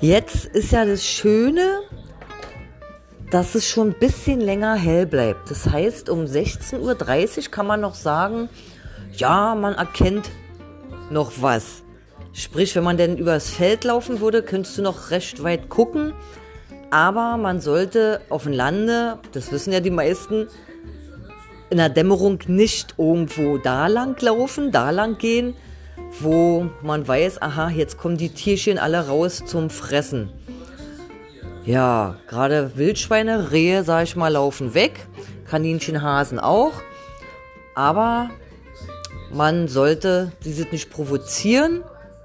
Jetzt ist ja das Schöne, dass es schon ein bisschen länger hell bleibt. Das heißt, um 16:30 Uhr kann man noch sagen, ja, man erkennt noch was. Sprich, wenn man denn übers Feld laufen würde, könntest du noch recht weit gucken. Aber man sollte auf dem Lande, das wissen ja die meisten, in der Dämmerung nicht irgendwo da lang laufen, da lang gehen, wo man weiß, aha, jetzt kommen die Tierchen alle raus zum Fressen. Ja, gerade Wildschweine, Rehe, sag ich mal, laufen weg, Kaninchen, Hasen auch. Aber man sollte diese nicht provozieren.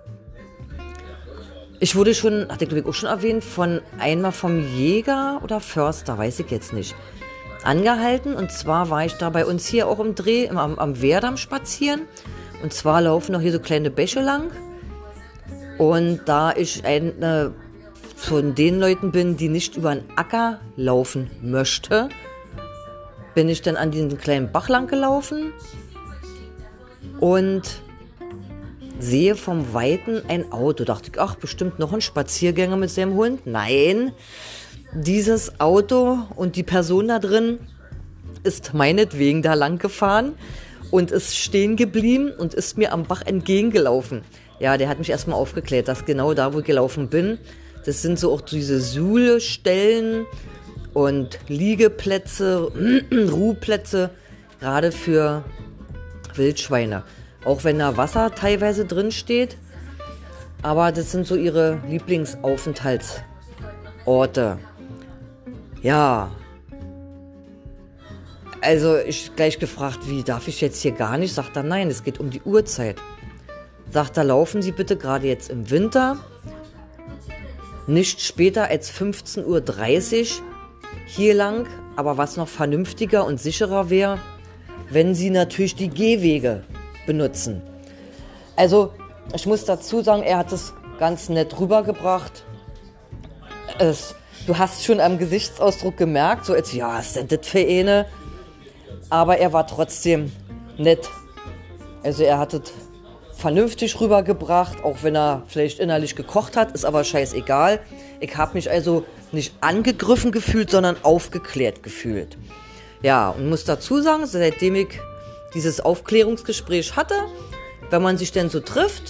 Ich wurde schon, hatte ich glaube ich auch schon erwähnt, einmal vom Jäger oder Förster, weiß ich jetzt nicht, angehalten. Und zwar war ich da bei uns hier auch im Dreh, am Wehrdamm spazieren. Und zwar laufen noch hier so kleine Bäche lang. Und da ich von den Leuten bin, die nicht über den Acker laufen möchte, bin ich dann an diesen kleinen Bach lang gelaufen und sehe vom Weiten ein Auto. Dachte ich, ach, bestimmt noch ein Spaziergänger mit seinem Hund. Nein, dieses Auto und die Person da drin ist meinetwegen da lang gefahren und ist stehen geblieben und ist mir am Bach entgegengelaufen. Ja, der hat mich erstmal aufgeklärt, dass genau da, wo ich gelaufen bin, das sind so auch diese Suhlstellen und Liegeplätze, Ruheplätze, gerade für Wildschweine. Auch wenn da Wasser teilweise drin steht, aber das sind so ihre Lieblingsaufenthaltsorte. Ja, also ich gleich gefragt, wie, darf ich jetzt hier gar nicht? Sagt er, nein, es geht um die Uhrzeit. Sagt er, laufen Sie bitte gerade jetzt im Winter, nicht später als 15:30 Uhr hier lang, aber was noch vernünftiger und sicherer wäre, wenn Sie natürlich die Gehwege benutzen. Also, ich muss dazu sagen, er hat es ganz nett rübergebracht. Du hast schon am Gesichtsausdruck gemerkt, so als, ja, was ist denn das für eine? Aber er war trotzdem nett. Also er hat es vernünftig rübergebracht, auch wenn er vielleicht innerlich gekocht hat, ist aber scheißegal. Ich habe mich also nicht angegriffen gefühlt, sondern aufgeklärt gefühlt. Ja, und muss dazu sagen, seitdem ich dieses Aufklärungsgespräch hatte, wenn man sich denn so trifft,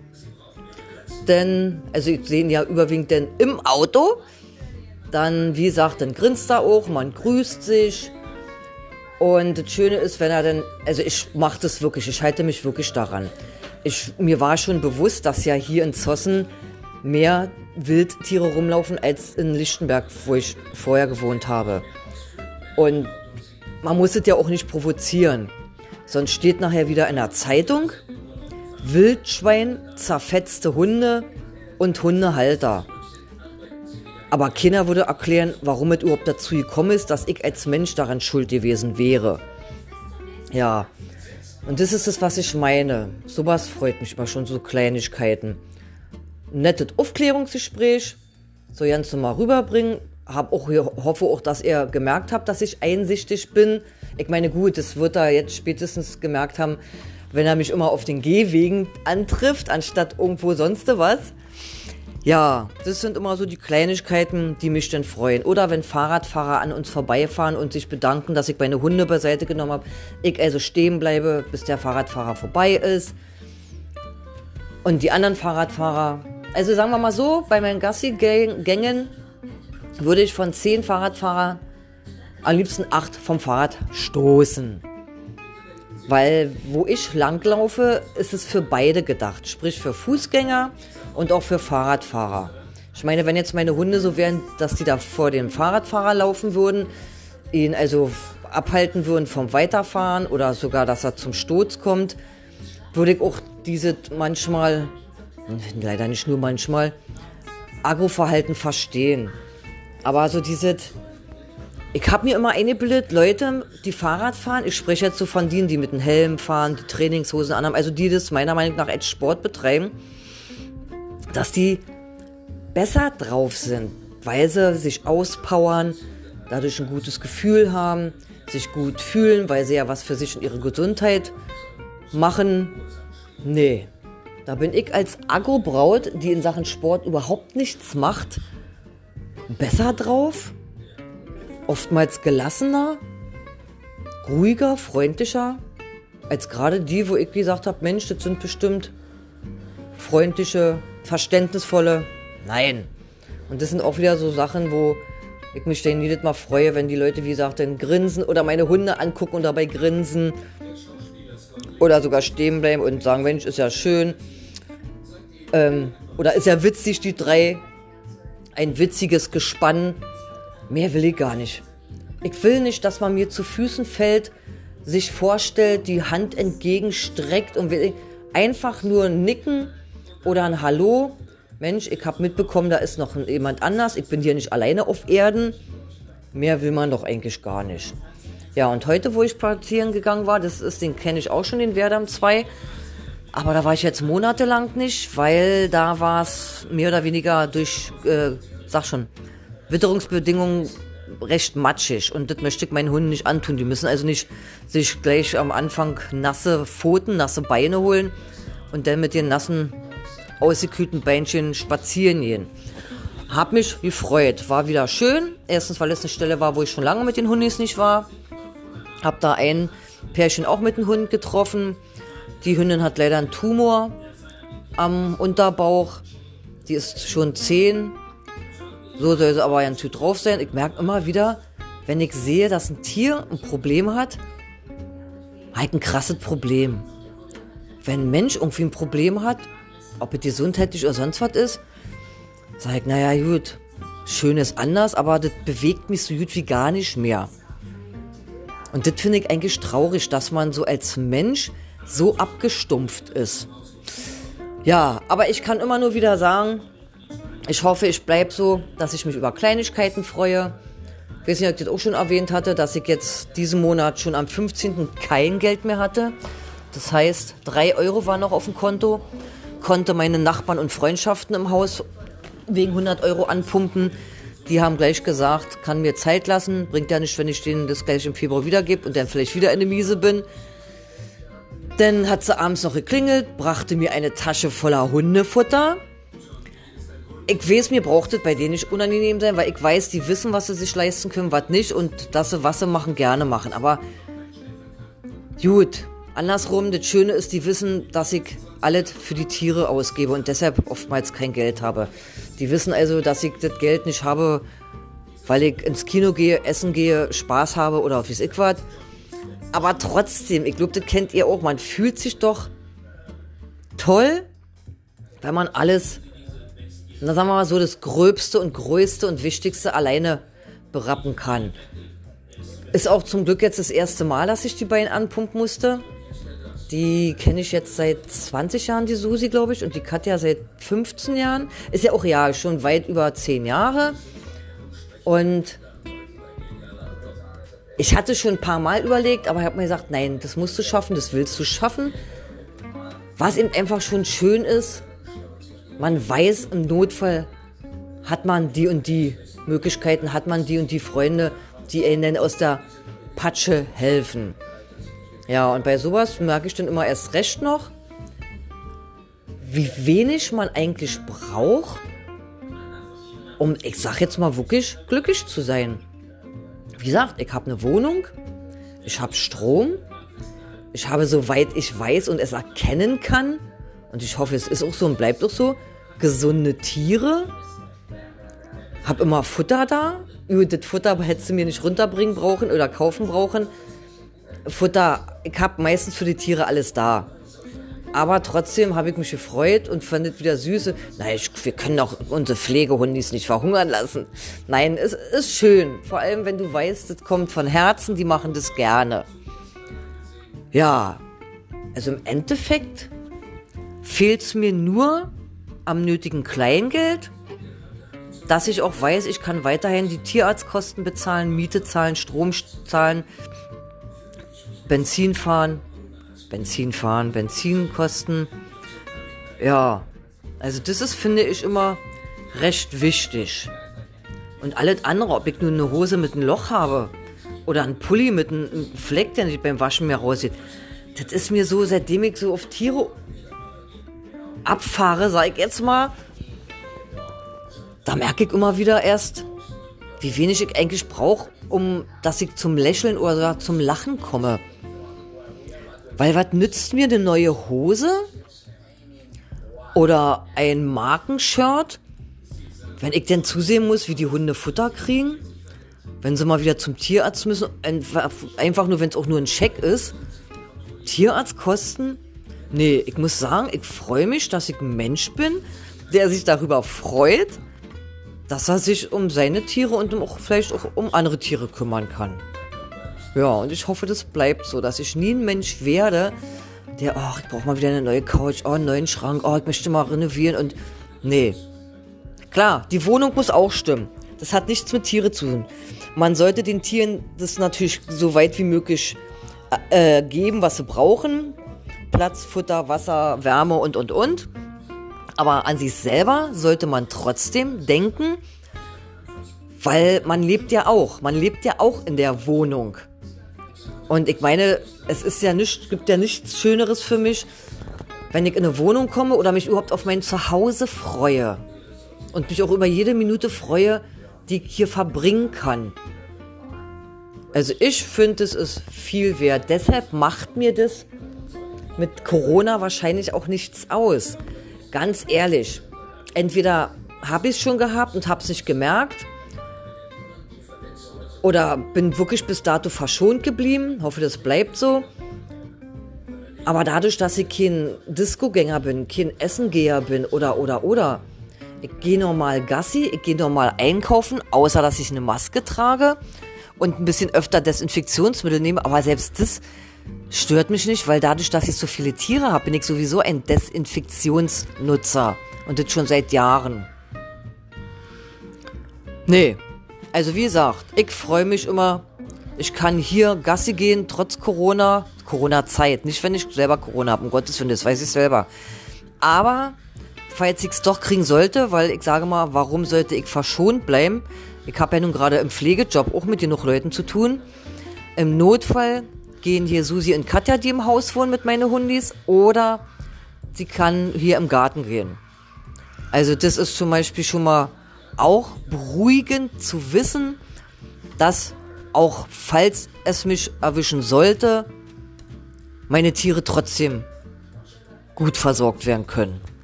denn, also ich sehe ihn ja überwiegend denn im Auto, dann, wie gesagt, dann grinst er auch, man grüßt sich. Und das Schöne ist, wenn er dann, also ich mache das wirklich, ich halte mich wirklich daran. Mir war schon bewusst, dass ja hier in Zossen mehr Wildtiere rumlaufen als in Lichtenberg, wo ich vorher gewohnt habe. Und man muss es ja auch nicht provozieren. Sonst steht nachher wieder in der Zeitung, Wildschwein, zerfetzte Hunde und Hundehalter. Aber keiner würde erklären, warum es überhaupt dazu gekommen ist, dass ich als Mensch daran schuld gewesen wäre. Ja, und das ist es, was ich meine. Sowas freut mich mal schon, so Kleinigkeiten. Ein nettes Aufklärungsgespräch, so ganz normal rüberbringen. Hoffe auch, dass ihr gemerkt habt, dass ich einsichtig bin. Ich meine, gut, das wird er jetzt spätestens gemerkt haben, wenn er mich immer auf den Gehwegen antrifft, anstatt irgendwo sonst was. Ja, das sind immer so die Kleinigkeiten, die mich dann freuen. Oder wenn Fahrradfahrer an uns vorbeifahren und sich bedanken, dass ich meine Hunde beiseite genommen habe. Ich also stehen bleibe, bis der Fahrradfahrer vorbei ist. Und die anderen Fahrradfahrer, also sagen wir mal so, bei meinen Gassi-Gängen würde ich von 10 Fahrradfahrern am liebsten 8 vom Fahrrad stoßen. Weil wo ich langlaufe, ist es für beide gedacht. Sprich für Fußgänger und auch für Fahrradfahrer. Ich meine, wenn jetzt meine Hunde so wären, dass die da vor dem Fahrradfahrer laufen würden, ihn also abhalten würden vom Weiterfahren oder sogar, dass er zum Sturz kommt, würde ich auch diese manchmal, leider nicht nur manchmal, Agroverhalten verstehen. Aber so ich habe mir immer eingebildet, Leute, die Fahrrad fahren, ich spreche jetzt so von denen, die mit dem Helm fahren, die Trainingshosen anhaben, also die das meiner Meinung nach als Sport betreiben, dass die besser drauf sind, weil sie sich auspowern, dadurch ein gutes Gefühl haben, sich gut fühlen, weil sie ja was für sich und ihre Gesundheit machen. Nee, Da bin ich als Agro-Braut, die in Sachen Sport überhaupt nichts macht, besser drauf, oftmals gelassener, ruhiger, freundlicher, als gerade die, wo ich gesagt habe, Mensch, das sind bestimmt freundliche, verständnisvolle. Nein. Und das sind auch wieder so Sachen, wo ich mich dann jedes Mal freue, wenn die Leute, wie gesagt, dann grinsen oder meine Hunde angucken und dabei grinsen oder sogar stehen bleiben und sagen, Mensch, ist ja schön. Oder ist ja witzig, die drei. Ein witziges Gespann. Mehr will ich gar nicht. Ich will nicht, dass man mir zu Füßen fällt, sich vorstellt, die Hand entgegenstreckt und will einfach nur nicken oder ein Hallo. Mensch, ich habe mitbekommen, da ist noch jemand anders. Ich bin hier nicht alleine auf Erden. Mehr will man doch eigentlich gar nicht. Ja, und heute, wo ich spazieren gegangen war, den kenne ich auch schon, den Werdamm 2. Aber da war ich jetzt monatelang nicht, weil da war es mehr oder weniger durch, Witterungsbedingungen recht matschig. Und das möchte ich meinen Hunden nicht antun. Die müssen also nicht sich gleich am Anfang nasse Pfoten, nasse Beine holen und dann mit den nassen, ausgekühlten Beinchen spazieren gehen. Hab mich gefreut. War wieder schön. Erstens, weil es eine Stelle war, wo ich schon lange mit den Hundis nicht war. Hab da ein Pärchen auch mit dem Hund getroffen. Die Hündin hat leider einen Tumor am Unterbauch. Die ist schon 10. So soll sie aber ganz gut drauf sein. Ich merke immer wieder, wenn ich sehe, dass ein Tier ein Problem hat, halt ein krasses Problem. Wenn ein Mensch irgendwie ein Problem hat, ob es gesundheitlich oder sonst was ist, sage ich, naja gut, schön ist anders, aber das bewegt mich so gut wie gar nicht mehr. Und das finde ich eigentlich traurig, dass man so als Mensch so abgestumpft ist. Ja, aber ich kann immer nur wieder sagen, ich hoffe, ich bleibe so, dass ich mich über Kleinigkeiten freue. Ich weiß nicht, ob ich das auch schon erwähnt hatte, dass ich jetzt diesen Monat schon am 15. kein Geld mehr hatte. Das heißt, 3 Euro waren noch auf dem Konto. Konnte meine Nachbarn und Freundschaften im Haus wegen 100 Euro anpumpen. Die haben gleich gesagt, kann mir Zeit lassen. Bringt ja nicht, wenn ich denen das gleich im Februar wiedergebe und dann vielleicht wieder in der Miese bin. Dann hat sie abends noch geklingelt, brachte mir eine Tasche voller Hundefutter. Ich weiß, mir braucht es bei denen nicht unangenehm sein, weil ich weiß, die wissen, was sie sich leisten können, was nicht und dass sie, was sie machen, gerne machen. Aber gut, andersrum, das Schöne ist, die wissen, dass ich alles für die Tiere ausgebe und deshalb oftmals kein Geld habe. Die wissen also, dass ich das Geld nicht habe, weil ich ins Kino gehe, essen gehe, Spaß habe oder auf wie ich was. Aber trotzdem, ich glaube, das kennt ihr auch, man fühlt sich doch toll, wenn man alles, na sagen wir mal so, das Gröbste und Größte und Wichtigste alleine berappen kann. Ist auch zum Glück jetzt das erste Mal, dass ich die beiden anpumpen musste. Die kenne ich jetzt seit 20 Jahren, die Susi, glaube ich, und die Katja seit 15 Jahren. Ist ja auch ja schon weit über 10 Jahre. Und ich hatte schon ein paar Mal überlegt, aber ich habe mir gesagt, nein, das musst du schaffen, das willst du schaffen. Was eben einfach schon schön ist, man weiß, im Notfall hat man die und die Möglichkeiten, hat man die und die Freunde, die ihnen aus der Patsche helfen. Ja, und bei sowas merke ich dann immer erst recht noch, wie wenig man eigentlich braucht, um, ich sag jetzt mal wirklich, glücklich zu sein. Wie gesagt, ich habe eine Wohnung, ich habe Strom, ich habe, soweit ich weiß und es erkennen kann, und ich hoffe, es ist auch so und bleibt auch so, gesunde Tiere, habe immer Futter da. Das Futter hättest du mir nicht runterbringen brauchen oder kaufen brauchen. Futter, ich habe meistens für die Tiere alles da. Aber trotzdem habe ich mich gefreut und fand es wieder süß. Nein, wir können auch unsere Pflegehundis nicht verhungern lassen. Nein, es ist schön. Vor allem, wenn du weißt, das kommt von Herzen, die machen das gerne. Ja, also im Endeffekt fehlt es mir nur am nötigen Kleingeld, dass ich auch weiß, ich kann weiterhin die Tierarztkosten bezahlen, Miete zahlen, Strom zahlen, Benzinkosten. Ja, also das ist, finde ich, immer recht wichtig. Und alles andere, ob ich nur eine Hose mit einem Loch habe oder einen Pulli mit einem Fleck, der nicht beim Waschen mehr raussieht, das ist mir so, seitdem ich so auf Tiere abfahre, sag ich jetzt mal, da merke ich immer wieder erst, wie wenig ich eigentlich brauche, dass ich zum Lächeln oder sogar zum Lachen komme. Weil was nützt mir eine neue Hose oder ein Markenshirt, wenn ich denn zusehen muss, wie die Hunde Futter kriegen? Wenn sie mal wieder zum Tierarzt müssen, einfach nur, wenn es auch nur ein Scheck ist. Tierarztkosten? Nee, ich muss sagen, ich freue mich, dass ich ein Mensch bin, der sich darüber freut, dass er sich um seine Tiere und vielleicht auch um andere Tiere kümmern kann. Ja, und ich hoffe, das bleibt so, dass ich nie ein Mensch werde, der, ich brauche mal wieder eine neue Couch, einen neuen Schrank, ich möchte mal renovieren und, nee. Klar, die Wohnung muss auch stimmen. Das hat nichts mit Tiere zu tun. Man sollte den Tieren das natürlich so weit wie möglich geben, was sie brauchen. Platz, Futter, Wasser, Wärme und. Aber an sich selber sollte man trotzdem denken, weil man lebt ja auch in der Wohnung. Und ich meine, gibt ja nichts Schöneres für mich, wenn ich in eine Wohnung komme oder mich überhaupt auf mein Zuhause freue. Und mich auch über jede Minute freue, die ich hier verbringen kann. Also ich finde, es ist viel wert. Deshalb macht mir das mit Corona wahrscheinlich auch nichts aus. Ganz ehrlich. Entweder habe ich es schon gehabt und habe es nicht gemerkt. Oder bin wirklich bis dato verschont geblieben. Hoffe, das bleibt so. Aber dadurch, dass ich kein Discogänger bin, kein Essengeher bin oder. Ich gehe normal Gassi, ich gehe normal einkaufen, außer dass ich eine Maske trage und ein bisschen öfter Desinfektionsmittel nehme. Aber selbst das stört mich nicht, weil dadurch, dass ich so viele Tiere habe, bin ich sowieso ein Desinfektionsnutzer. Und das schon seit Jahren. Nee, also wie gesagt, ich freue mich immer. Ich kann hier Gassi gehen, trotz Corona-Zeit. Nicht, wenn ich selber Corona habe, um Gottes Willen, das weiß ich selber. Aber falls ich es doch kriegen sollte, weil ich sage mal, warum sollte ich verschont bleiben? Ich habe ja nun gerade im Pflegejob auch mit genug Leuten zu tun. Im Notfall gehen hier Susi und Katja, die im Haus wohnen mit meinen Hundis, oder sie kann hier im Garten gehen. Also das ist zum Beispiel schon mal auch beruhigend zu wissen, dass auch falls es mich erwischen sollte, meine Tiere trotzdem gut versorgt werden können.